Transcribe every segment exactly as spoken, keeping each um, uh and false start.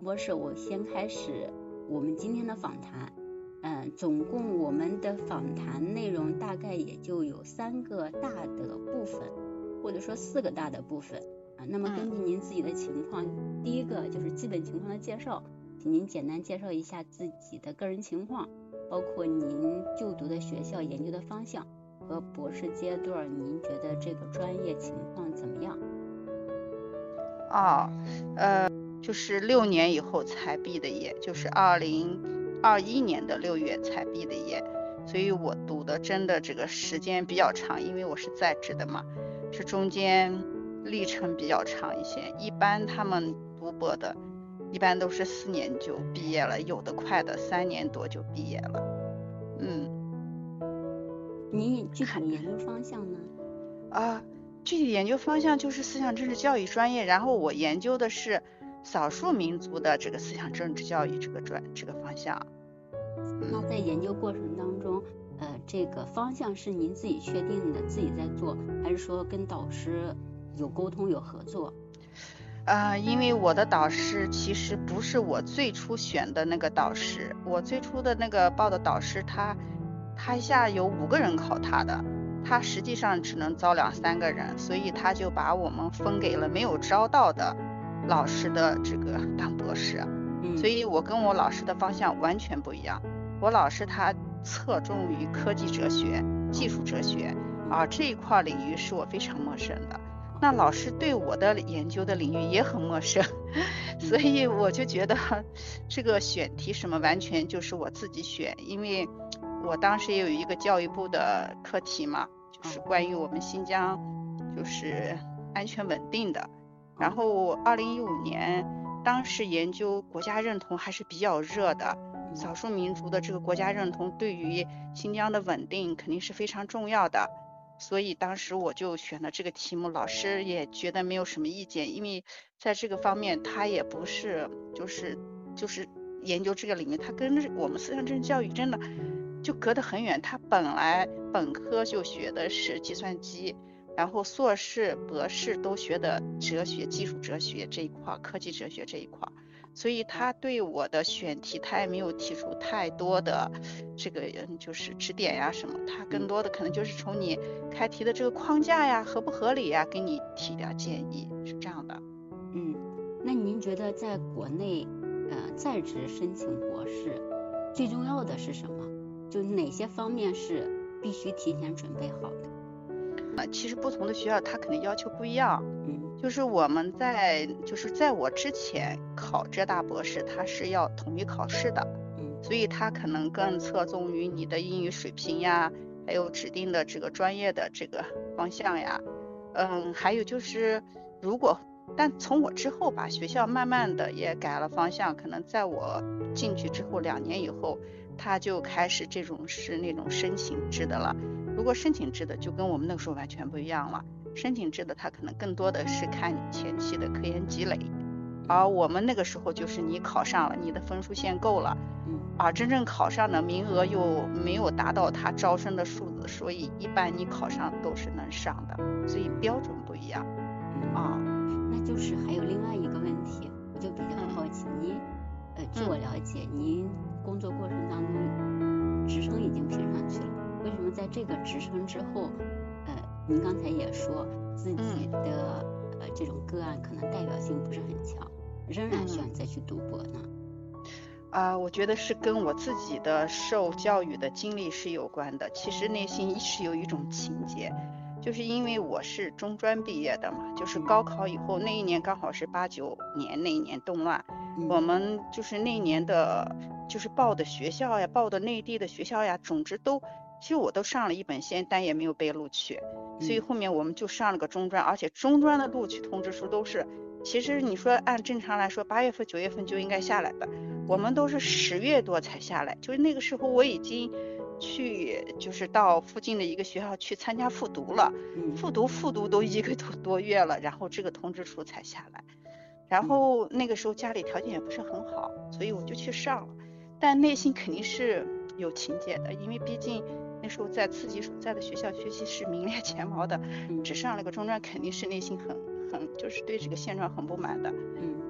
博士，我先开始我们今天的访谈。嗯，总共我们的访谈内容大概也就有三个大的部分，或者说四个大的部分啊。那么根据您自己的情况，嗯、第一个就是基本情况的介绍，请您简单介绍一下自己的个人情况，包括您就读的学校、研究的方向和博士阶段，您觉得这个专业情况怎么样？ 哦，呃，就是六年以后才毕的业，就是二零二一年的六月才毕的业，所以我读的真的这个时间比较长，因为我是在职的嘛，是中间历程比较长一些。一般他们读博的，一般都是四年就毕业了，有的快的三年多就毕业了。嗯， 您具体的研究方向呢？ 啊。具体研究方向就是思想政治教育专业，然后我研究的是少数民族的这个思想政治教育这个专这个方向。 那在研究过程当中，呃，这个方向是您自己确定的，自己在做，还是说跟导师有沟通有合作？ 呃，因为我的导师其实不是我最初选的那个导师，我最初的那个报的导师他他一下有五个人考他的。他实际上只能招两三个人，所以他就把我们分给了没有招到的老师的这个当博士。嗯、所以我跟我老师的方向完全不一样。我老师他侧重于科技哲学、技术哲学啊，这一块领域是我非常陌生的。那老师对我的研究的领域也很陌生，所以我就觉得这个选题什么完全就是我自己选，因为我当时也有一个教育部的课题嘛。就是关于我们新疆就是安全稳定的。然后二零一五年当时研究国家认同还是比较热的，少数民族的这个国家认同对于新疆的稳定肯定是非常重要的，所以当时我就选了这个题目，老师也觉得没有什么意见，因为在这个方面他也不是就是就是研究这个领域，他跟我们思想政治教育真的就隔得很远。他本来本科就学的是计算机，然后硕士博士都学的哲学、技术哲学这一块，科技哲学这一块，所以他对我的选题他也没有提出太多的这个就是指点呀什么，他更多的可能就是从你开题的这个框架呀合不合理呀给你提点建议，是这样的。 嗯，那您觉得在国内呃在职申请博士最重要的是什么？就哪些方面是必须提前准备好的？ 呃，其实不同的学校它肯定要求不一样。 嗯， 就是我们在就是在我之前考浙大博士，它是要统一考试的。嗯，所以它可能更侧重于你的英语水平呀，还有指定的这个专业的这个方向呀。嗯，还有就是如果但从我之后吧，学校慢慢的也改了方向，可能在我进去之后两年以后，他就开始这种是那种申请制的了。如果申请制的就跟我们那个时候完全不一样了，申请制的它可能更多的是看你前期的科研积累，而我们那个时候就是你考上了，你的分数线够了，而真正考上的名额又没有达到他招生的数字，所以一般你考上都是能上的，所以标准不一样。啊， 那就是还有另外一个问题，我就比较好奇，您呃，据我了解，您工作过程当中职称已经评上去了，为什么在这个职称之后，呃，您刚才也说自己的、嗯、呃这种个案可能代表性不是很强，仍然选择去读博呢？ 啊、呃，我觉得是跟我自己的受教育的经历是有关的。其实内心是有一种情结，就是因为我是中专毕业的嘛，就是高考以后那一年刚好是八九年那一年动乱，嗯、我们就是那一年的，就是报的学校呀，报的内地的学校呀，总之都，其实我都上了一本线，但也没有被录取，所以后面我们就上了个中专，而且中专的录取通知书都是，其实你说按正常来说，八月份九月份就应该下来的。我们都是十月多才下来，就是那个时候我已经去，就是到附近的一个学校去参加复读了，复读复读都一个多多月了，然后这个通知书才下来。然后那个时候家里条件也不是很好，所以我就去上了，但内心肯定是有情结的，因为毕竟那时候在自己所在的学校学习是名列前茅的，只上了个中专，肯定是内心很很就是对这个现状很不满的。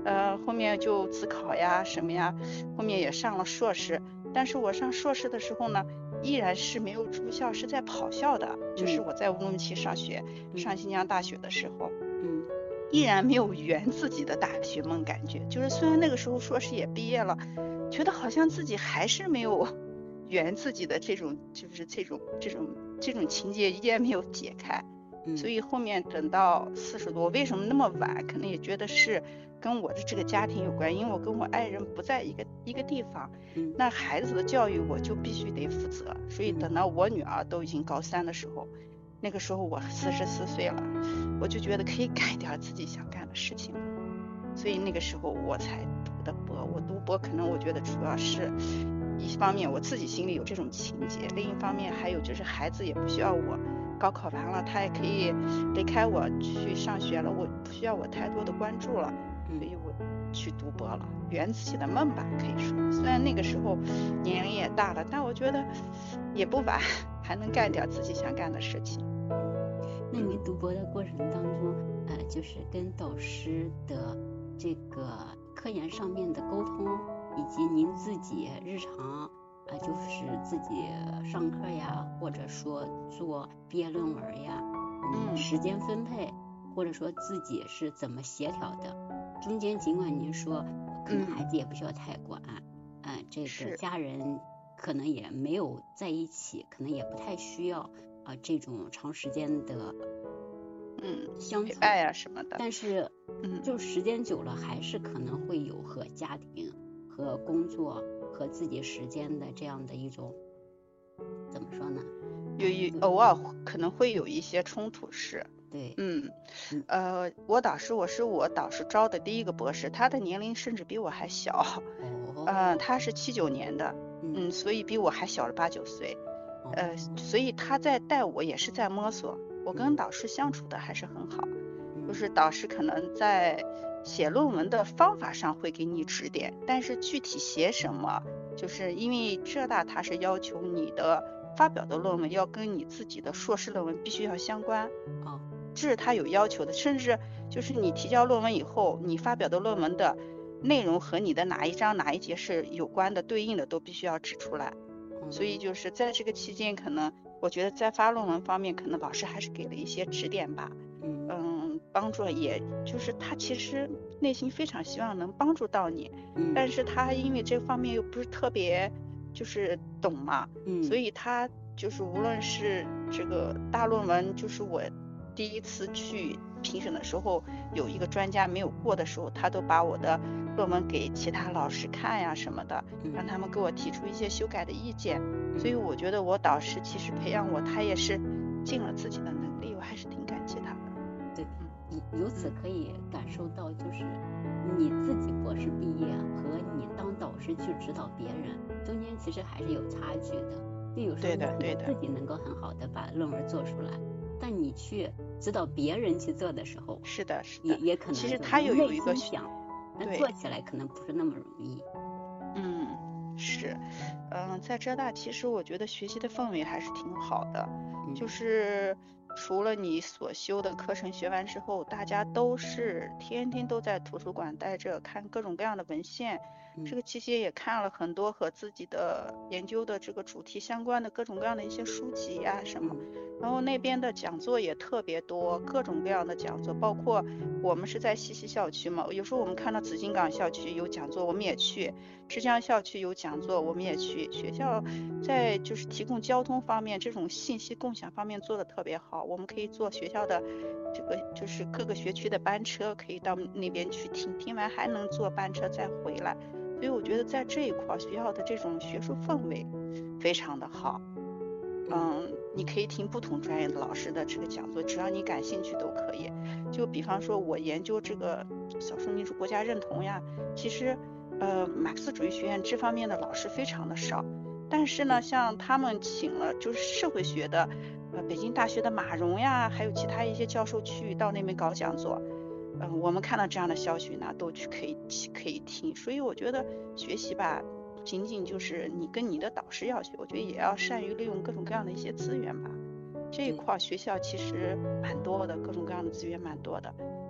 呃，后面就自考呀什么呀，后面也上了硕士。但是我上硕士的时候呢，依然是没有住校，是在跑校的，就是我在乌鲁木齐上学， 嗯上新疆大学的时候， 嗯依然没有圆自己的大学梦，感觉就是虽然那个时候硕士也毕业了，觉得好像自己还是没有圆自己的这种就是这种这种这种情节依然没有解开。 嗯所以后面等到四十多，为什么那么晚？可能也觉得是跟我的这个家庭有关，因为我跟我爱人不在一个一个地方， 嗯那孩子的教育我就必须得负责。所以等到我女儿都已经高三的时候，那个时候我四十四岁了，我就觉得可以干点自己想干的事情了。所以那个时候我才读的博。我读博可能我觉得主要是一方面我自己心里有这种情节，另一方面还有就是孩子也不需要我高考完了，他也可以离开我去上学了，我不需要我太多的关注了，所以我去读博了，圆自己的梦吧，可以说。虽然那个时候年龄也大了，但我觉得也不晚，还能干点自己想干的事情。 那您读博的过程当中，呃，就是跟导师的这个科研上面的沟通，以及您自己日常。啊、呃，就是自己上课呀，或者说做毕业论文呀，嗯，时间分配，或者说自己是怎么协调的。中间尽管您说可能孩子也不需要太管，嗯、呃，这个家人可能也没有在一起，可能也不太需要啊、呃、这种长时间的嗯相处爱呀什么的。 但是， 嗯， 就时间久了，还是可能会有和家庭、和工作。和自己时间的这样的一种怎么说呢？ 有一偶尔可能会有一些冲突是。 对， 嗯，呃，我导师我是我导师招的第一个博士，他的年龄甚至比我还小， 哦， 呃，他是七九年的， 嗯， 嗯，所以比我还小了八九岁，呃，所以他在带我也是在摸索，我跟导师相处的还是很好，就是导师可能在写论文的方法上会给你指点，但是具体写什么，就是因为浙大它是要求你的发表的论文要跟你自己的硕士论文必须要相关， 哦， 这是他有要求的，甚至就是你提交论文以后，你发表的论文的内容和你的哪一章哪一节是有关的对应的都必须要指出来，所以就是在这个期间，可能我觉得在发论文方面，可能老师还是给了一些指点吧。嗯，帮助，也就是他其实内心非常希望能帮助到你， 嗯， 但是他因为这方面又不是特别就是懂嘛， 嗯， 所以他就是无论是这个大论文，就是我第一次去评审的时候，有一个专家没有过的时候，他都把我的论文给其他老师看呀什么的，让他们给我提出一些修改的意见，所以我觉得我导师其实培养我，他也是尽了自己的能力，我还是挺感激他的。 对，由此可以感受到，就是你自己博士毕业和你当导师去指导别人，中间其实还是有差距的。就有时候你自己能够很好的把论文做出来，但你去指导别人去做的时候， 是的，是的， 也也可能其实他有一个想，但做起来可能不是那么容易。 嗯，是，嗯，在浙大其实我觉得学习的氛围还是挺好的， 嗯、 就是除了你所修的课程学完之后，大家都是天天都在图书馆待着看各种各样的文献， 嗯、 这个期间也看了很多和自己的研究的这个主题相关的各种各样的一些书籍呀、啊、什么，然后那边的讲座也特别多，各种各样的讲座，包括我们是在西溪校区嘛，有时候我们看到紫金港校区有讲座，我们也去，枝江校区有讲座，我们也去。学校在就是提供交通方面，这种信息共享方面做的特别好，我们可以坐学校的这个就是各个学区的班车，可以到那边去听，听完还能坐班车再回来。所以我觉得在这一块学校的这种学术氛围非常的好。嗯，你可以听不同专业的老师的这个讲座，只要你感兴趣都可以。就比方说我研究这个少数民族国家认同呀，其实呃马克思主义学院这方面的老师非常的少，但是呢像他们请了就是社会学的呃北京大学的马荣呀，还有其他一些教授去到那边搞讲座，嗯、呃，我们看到这样的消息呢都去可以可以听。所以我觉得学习吧仅仅就是你跟你的导师要学，我觉得也要善于利用各种各样的一些资源吧。这一块学校其实蛮多的，各种各样的资源蛮多的。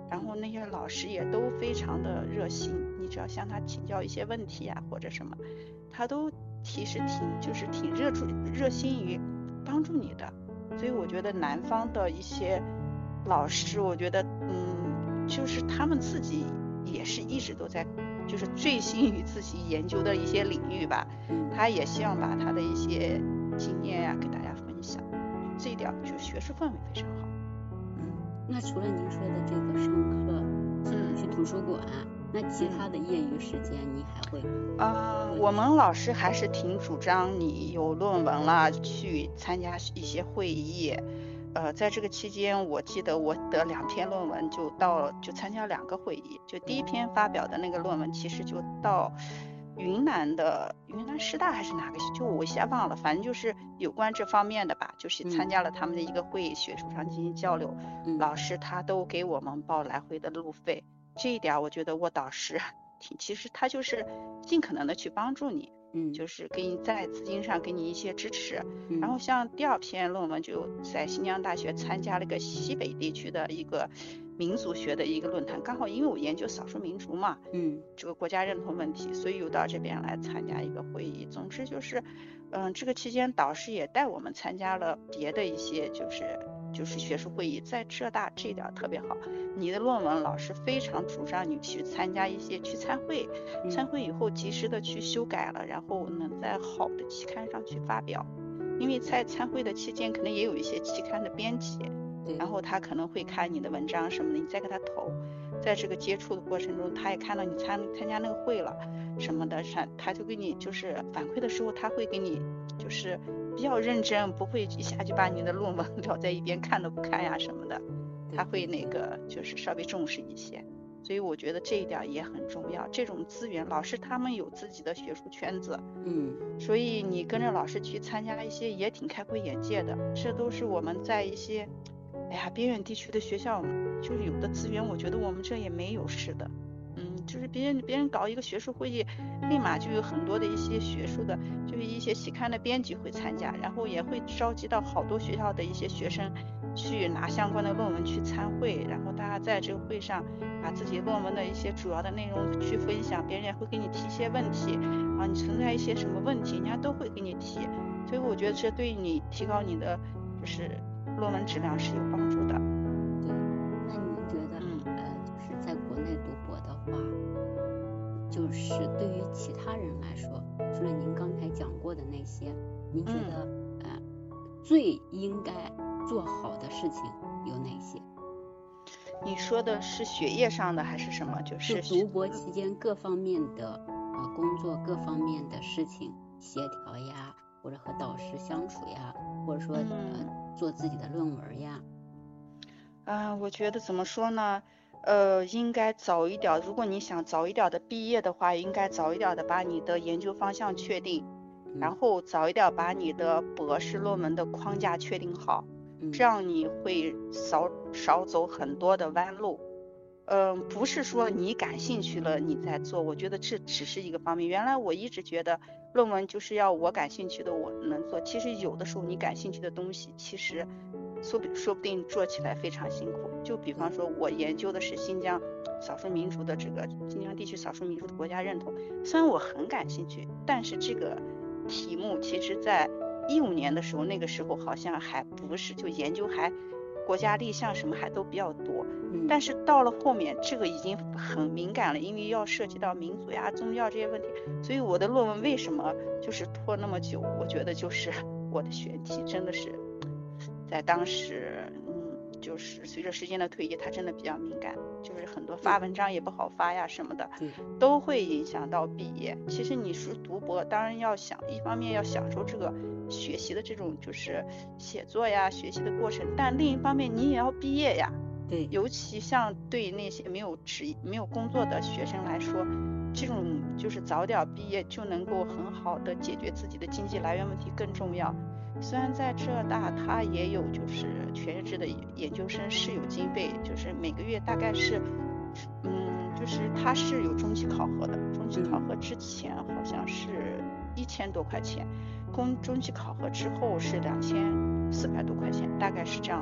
然后那些老师也都非常的热心，你只要向他请教一些问题啊或者什么，他都其实挺就是挺热助热心于帮助你的。所以我觉得南方的一些老师，我觉得嗯，就是他们自己也是一直都在就是醉心于自己研究的一些领域吧，他也希望把他的一些经验呀、啊、给大家分享，这一点就学术氛围非常好。 嗯，那除了您说的这个上课，嗯，去图书馆，那其他的业余时间你还会？ 呃，我们老师还是挺主张你有论文了去参加一些会议。呃，在这个期间，我记得我得两篇论文就到就参加两个会议，就第一篇发表的那个论文其实就到云南的云南师大还是哪个，就我一下忘了，反正就是有关这方面的吧，就是参加了他们的一个会议，学术上进行交流， 嗯、 老师他都给我们报来回的路费，这一点我觉得我导师挺，其实他就是尽可能的去帮助你。 嗯， 就是给你在资金上给你一些支持， 嗯、 然后像第二篇论文就在新疆大学参加了一个西北地区的一个民族学的一个论坛，刚好因为我研究少数民族嘛， 嗯， 这个国家认同问题，所以又到这边来参加一个会议。总之就是，嗯，这个期间导师也带我们参加了别的一些就是就是学术会议，在浙大这一点特别好，你的论文老师非常主张你去参加一些去参会，参会以后及时的去修改了，然后能在好的期刊上去发表，因为在参会的期间可能也有一些期刊的编辑，然后他可能会看你的文章什么的，你再给他投，在这个接触的过程中他也看到你参参加那个会了什么的，他就给你就是反馈的时候他会给你就是比较认真，不会一下就把你的论文撂在一边看都不看呀什么的，他会那个就是稍微重视一些，所以我觉得这一点也很重要。这种资源，老师他们有自己的学术圈子， 嗯， 所以你跟着老师去参加一些也挺开阔眼界的。这都是我们在一些哎呀边远地区的学校就是有的资源，我觉得我们这也没有似的。嗯，就是别人别人搞一个学术会议，立马就有很多的一些学术的，就是一些期刊的编辑会参加，然后也会召集到好多学校的一些学生去拿相关的论文去参会，然后大家在这个会上把自己论文的一些主要的内容去分享，别人也会给你提一些问题啊，你存在一些什么问题，人家都会给你提，所以我觉得这对你提高你的就是论文质量是有帮助的。 对，那你觉得，嗯、呃，就是在国内读博的话，就是对于其他人来说，除了您刚才讲过的那些，您觉得、嗯、呃最应该做好的事情有哪些？ 你说的是学业上的还是什么？就是读博期间各方面的呃工作各方面的事情协调呀，或者和导师相处呀，或者说、嗯、呃做自己的论文呀。 啊、呃，我觉得怎么说呢？呃，应该早一点。如果你想早一点的毕业的话，应该早一点的把你的研究方向确定， 嗯、 然后早一点把你的博士论文的框架确定好， 嗯、 这样你会少少走很多的弯路。嗯、呃，不是说你感兴趣了你再做，我觉得这只是一个方面。原来我一直觉得论文就是要我感兴趣的我能做，其实有的时候你感兴趣的东西，其实说不说不定做起来非常辛苦。就比方说我研究的是新疆少数民族的这个新疆地区少数民族的国家认同，虽然我很感兴趣，但是这个题目其实在一五年的时候，那个时候好像还不是就研究还国家立项什么还都比较多，但是到了后面这个已经很敏感了，因为要涉及到民族呀宗教这些问题，所以我的论文为什么就是拖那么久，我觉得就是我的选题真的是在当时嗯，就是随着时间的推移它真的比较敏感，就是很多发文章也不好发呀什么的，都会影响到毕业。其实你是读博当然要想一方面要享受这个学习的这种就是写作呀学习的过程，但另一方面你也要毕业呀。 对， 尤其像对那些没有职没有工作的学生来说，这种就是早点毕业就能够很好的解决自己的经济来源问题更重要。虽然在浙大它也有就是全日制的研究生是有经费，就是每个月大概是嗯就是它是有中期考核的，中期考核之前好像是一千多块钱，公中期考核之后是两千四百多块钱，大概是这样的。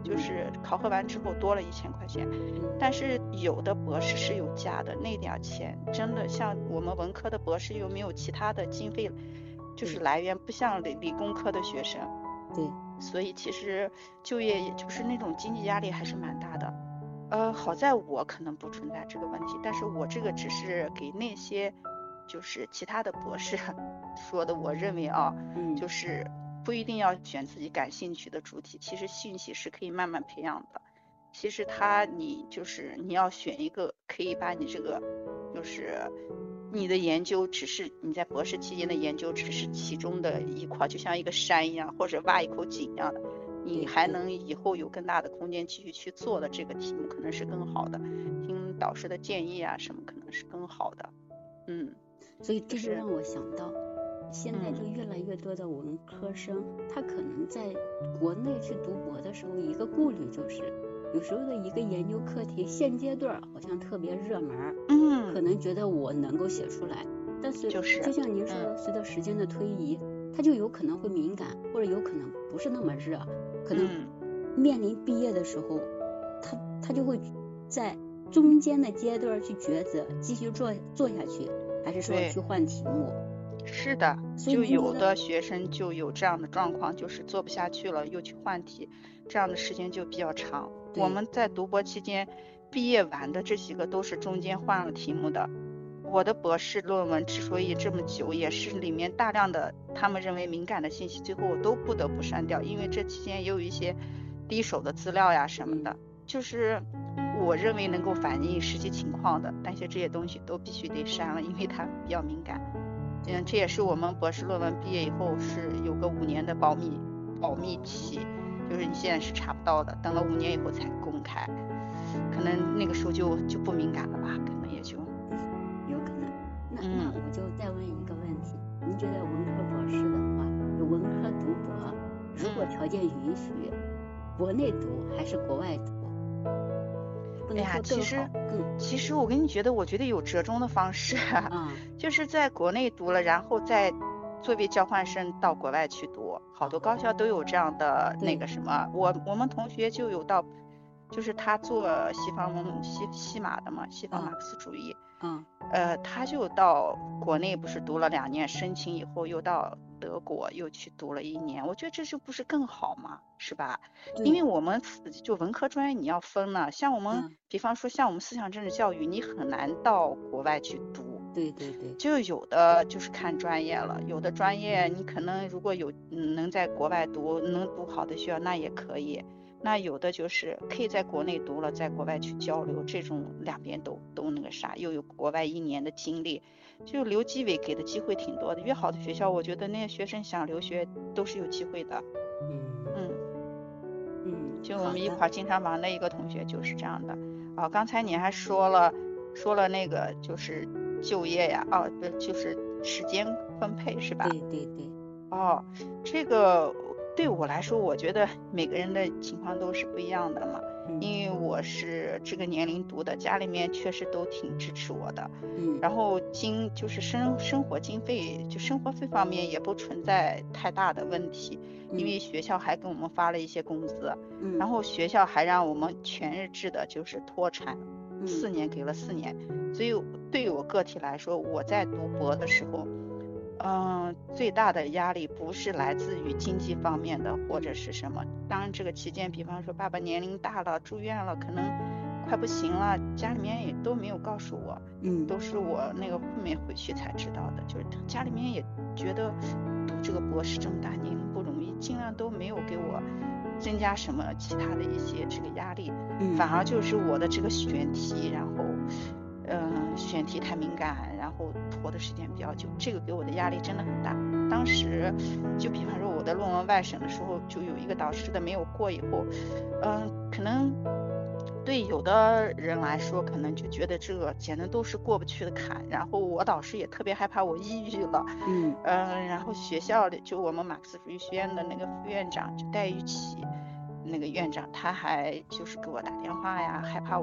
就是考核完之后多了一千块钱。但是有的博士是有加的，那点钱真的像我们文科的博士又没有其他的经费，就是来源不像理理工科的学生。 对， 所以其实就业也就是那种经济压力还是蛮大的。呃，好在我可能不存在这个问题，但是我这个只是给那些就是其他的博士说的，我认为啊， 嗯， 就是不一定要选自己感兴趣的主题，其实兴趣是可以慢慢培养的。其实他你就是你要选一个可以把你这个就是你的研究只是你在博士期间的研究只是其中的一块，就像一个山一样，或者挖一口井一样的，你还能以后有更大的空间继续去做的这个题目可能是更好的，听导师的建议啊什么可能是更好的。嗯， 所以这就让我想到，现在就越来越多的文科生，他可能在国内去读博的时候，一个顾虑就是，有时候的一个研究课题现阶段好像特别热门， 嗯， 可能觉得我能够写出来，但是就是就像您说的，随着时间的推移，它就有可能会敏感，或者有可能不是那么热，可能面临毕业的时候，他他就会在中间的阶段去抉择，继续做做下去，还是说去换题目。 是的，就有的学生就有这样的状况，就是做不下去了又去换题，这样的时间就比较长。我们在读博期间毕业完的这几个都是中间换了题目的。我的博士论文之所以这么久，也是里面大量的他们认为敏感的信息，最后我都不得不删掉，因为这期间也有一些第一手的资料呀什么的，就是我认为能够反映实际情况的，但是这些东西都必须得删了，因为它比较敏感。嗯，这也是我们博士论文毕业以后是有个五年的保密保密期，就是你现在是查不到的，等了五年以后才公开，可能那个时候就就不敏感了吧，可能也就有可能。那、嗯、那我就再问一个问题，您觉得文科博士的话，有文科读博，如果条件允许，国内读还是国外读？ 哎呀，其实其实我跟你觉得，我觉得有折中的方式， 嗯、 就是在国内读了，然后再作为交换生到国外去读，好多高校都有这样的那个什么。我我们同学就有到，就是他做西方西西马的嘛，西方马克思主义， 嗯， 呃，他就到国内不是读了两年，申请以后又到德国又去读了一年，我觉得这就不是更好吗？是吧？因为我们就文科专业你要分呢，像我们、嗯、比方说像我们思想政治教育，你很难到国外去读。 对对对。 就有的就是看专业了，有的专业你可能如果有、嗯、能在国外读，能读好的学校那也可以。那有的就是可以在国内读了，在国外去交流，这种两边都都那个啥，又有国外一年的经历，就留基委给的机会挺多的。越好的学校，我觉得那些学生想留学都是有机会的。 嗯嗯嗯， 就我们一块经常玩的一个同学就是这样的。啊，刚才你还说了说了那个就是就业呀，哦，就是时间分配是吧？ 对对对。 哦，这个。对我来说，我觉得每个人的情况都是不一样的嘛， 嗯、 因为我是这个年龄读的，家里面确实都挺支持我的， 嗯， 然后经就是生生活经费，就生活费方面也不存在太大的问题， 嗯、 因为学校还给我们发了一些工资， 嗯， 然后学校还让我们全日制的就是脱产， 嗯、 四年给了四年，所以对于我个体来说，我在读博的时候。嗯，最大的压力不是来自于经济方面的或者是什么。当然这个期间，比方说爸爸年龄大了住院了，可能快不行了，家里面也都没有告诉我， 嗯， 都是我那个后面回去才知道的。就是家里面也觉得读这个博士这么大年龄不容易，尽量都没有给我增加什么其他的一些这个压力， 嗯、 反而就是我的这个选题，然后。嗯，选题太敏感，然后拖的时间比较久，这个给我的压力真的很大。当时就比方说我的论文外审的时候，就有一个导师的没有过以后，嗯，可能对有的人来说，可能就觉得这个简直都是过不去的坎。然后我导师也特别害怕我抑郁了， 嗯嗯，然后学校里就我们马克思主义学院的那个副院长就戴玉琪。那个院长他还就是给我打电话呀，害怕我怎么了？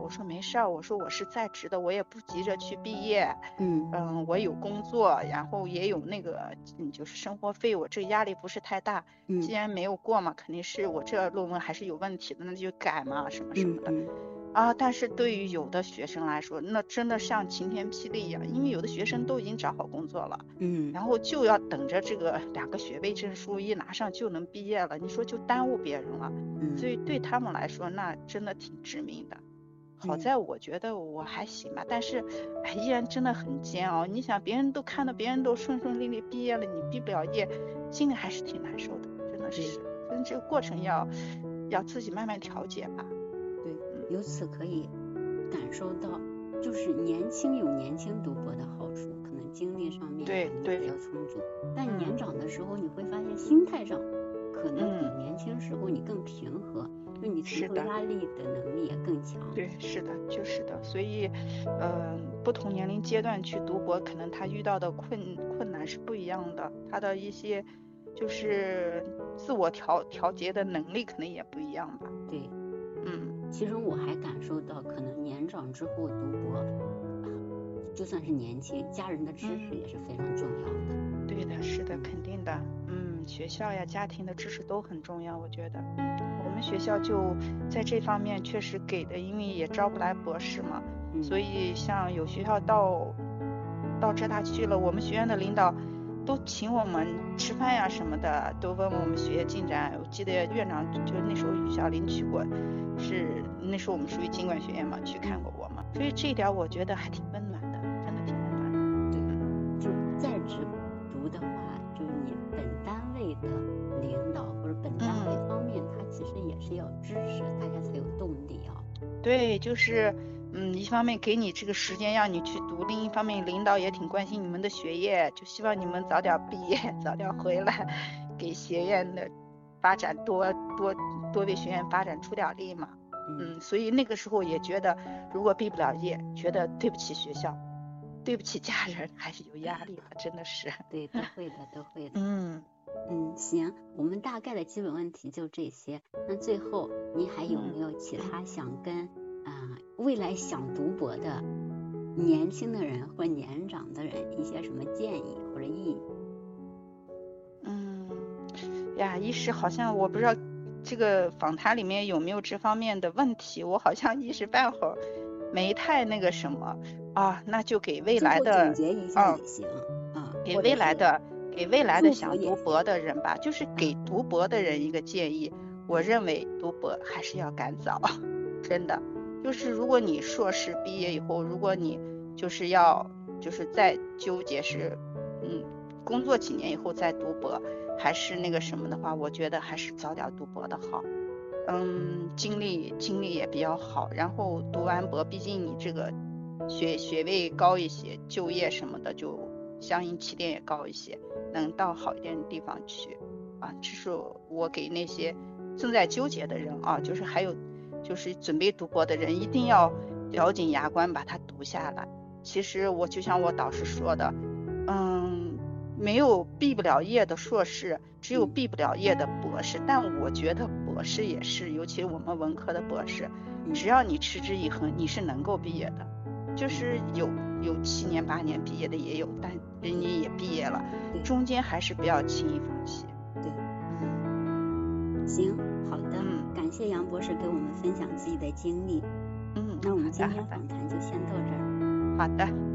我说没事儿，我说我是在职的，我也不急着去毕业， 嗯嗯，我有工作，然后也有那个嗯就是生活费，我这个压力不是太大。 嗯既然没有过嘛，肯定是我这论文还是有问题的，那就改嘛，什么什么的。 嗯嗯啊，但是对于有的学生来说，那真的像晴天霹雳一样，因为有的学生都已经找好工作了， 嗯然后就要等着这个两个学位证书一拿上就能毕业了，你说就耽误别人了，所嗯以对他们来说那真的挺致命的。好嗯在我觉得我还行吧，但是哎，依然真的很煎熬。你想，别人都看到别人都顺顺利利毕业了，你毕不了业，心里还是挺难受的，真的是。所以这个过程要要自己慢慢调节吧。 对，由此可以感受到，就是年轻有年轻读博的好处，可能精力上面对对也比较充足，但嗯年长的时候你会发现心态上可能比嗯年轻时候你更平和，就你承受是的压力的能力也更强。 对，是的，就是的。所以，嗯、不同年龄阶段去读博，可能他遇到的困困难是不一样的，他的一些就是自我调调节的能力可能也不一样吧。 对， 嗯， 其实我还感受到，可能年长之后读博，啊就算是年轻，家人的支持嗯也是非常重要的。 对的，是的，肯定的。嗯，学校呀、家庭的支持都很重要，我觉得。我们学校就在这方面确实给的，因为也招不来博士嘛， 嗯所以像有学校到到浙大去了，我们学院的领导都请我们吃饭呀什么的，都问问我们学业进展。我记得院长就那时候于小林去过，是那时候我们属于经管学院嘛，去看过我们，所以这一点我觉得还挺温暖的，真的挺温暖的。 对，就是在职读的话，就是你本单位的领导或者本单位方面，他其实也是要支持，大家才有动力啊。 对，就是嗯，一方面给你这个时间让你去读，另一方面领导也挺关心你们的学业，就希望你们早点毕业，早点回来，给学院的发展多多多为学院发展出点力嘛。 嗯， 嗯，所以那个时候也觉得，如果毕不了业，觉得对不起学校，对不起家人，还是有压力的，真的是。 对，都会的，都会的。 嗯嗯，行，我们大概的基本问题就这些。那最后你还有没有其他想跟啊、呃未来想读博的年轻的人或年长的人一些什么建议或者意议？ 嗯呀，一时好像我不知道这个访谈里面有没有这方面的问题，我好像一时半会儿没太那个什么啊，那就给未来最后的总结一下嗯也行啊， 给或者是未来的给未来的祝福也行想读博的人吧，就是给读博的人一个建议，我认为读博还是要赶早，真的，就是如果你硕士毕业以后，如果你就是要就是再纠结是嗯工作几年以后再读博，还是那个什么的话，我觉得还是早点读博的好。嗯，经历经历也比较好，然后读完博，毕竟你这个学学位高一些，就业什么的就相应起点也高一些，能到好一点的地方去啊。这是我给那些正在纠结的人啊，就是还有就是准备读博的人，一定要咬紧牙关把它读下来。其实我就像我导师说的，嗯，没有毕不了业的硕士，只有毕不了业的博士。但我觉得博士也是，尤其我们文科的博士，只要你持之以恒，你是能够毕业的。就是有有七年八年毕业的也有，但人家也毕业了，中间还是不要轻易放弃。 对， 嗯， 行，好的， 嗯感谢杨博士给我们分享自己的经历。 嗯， 那我们今好的好的天访谈就先到这儿。 好的。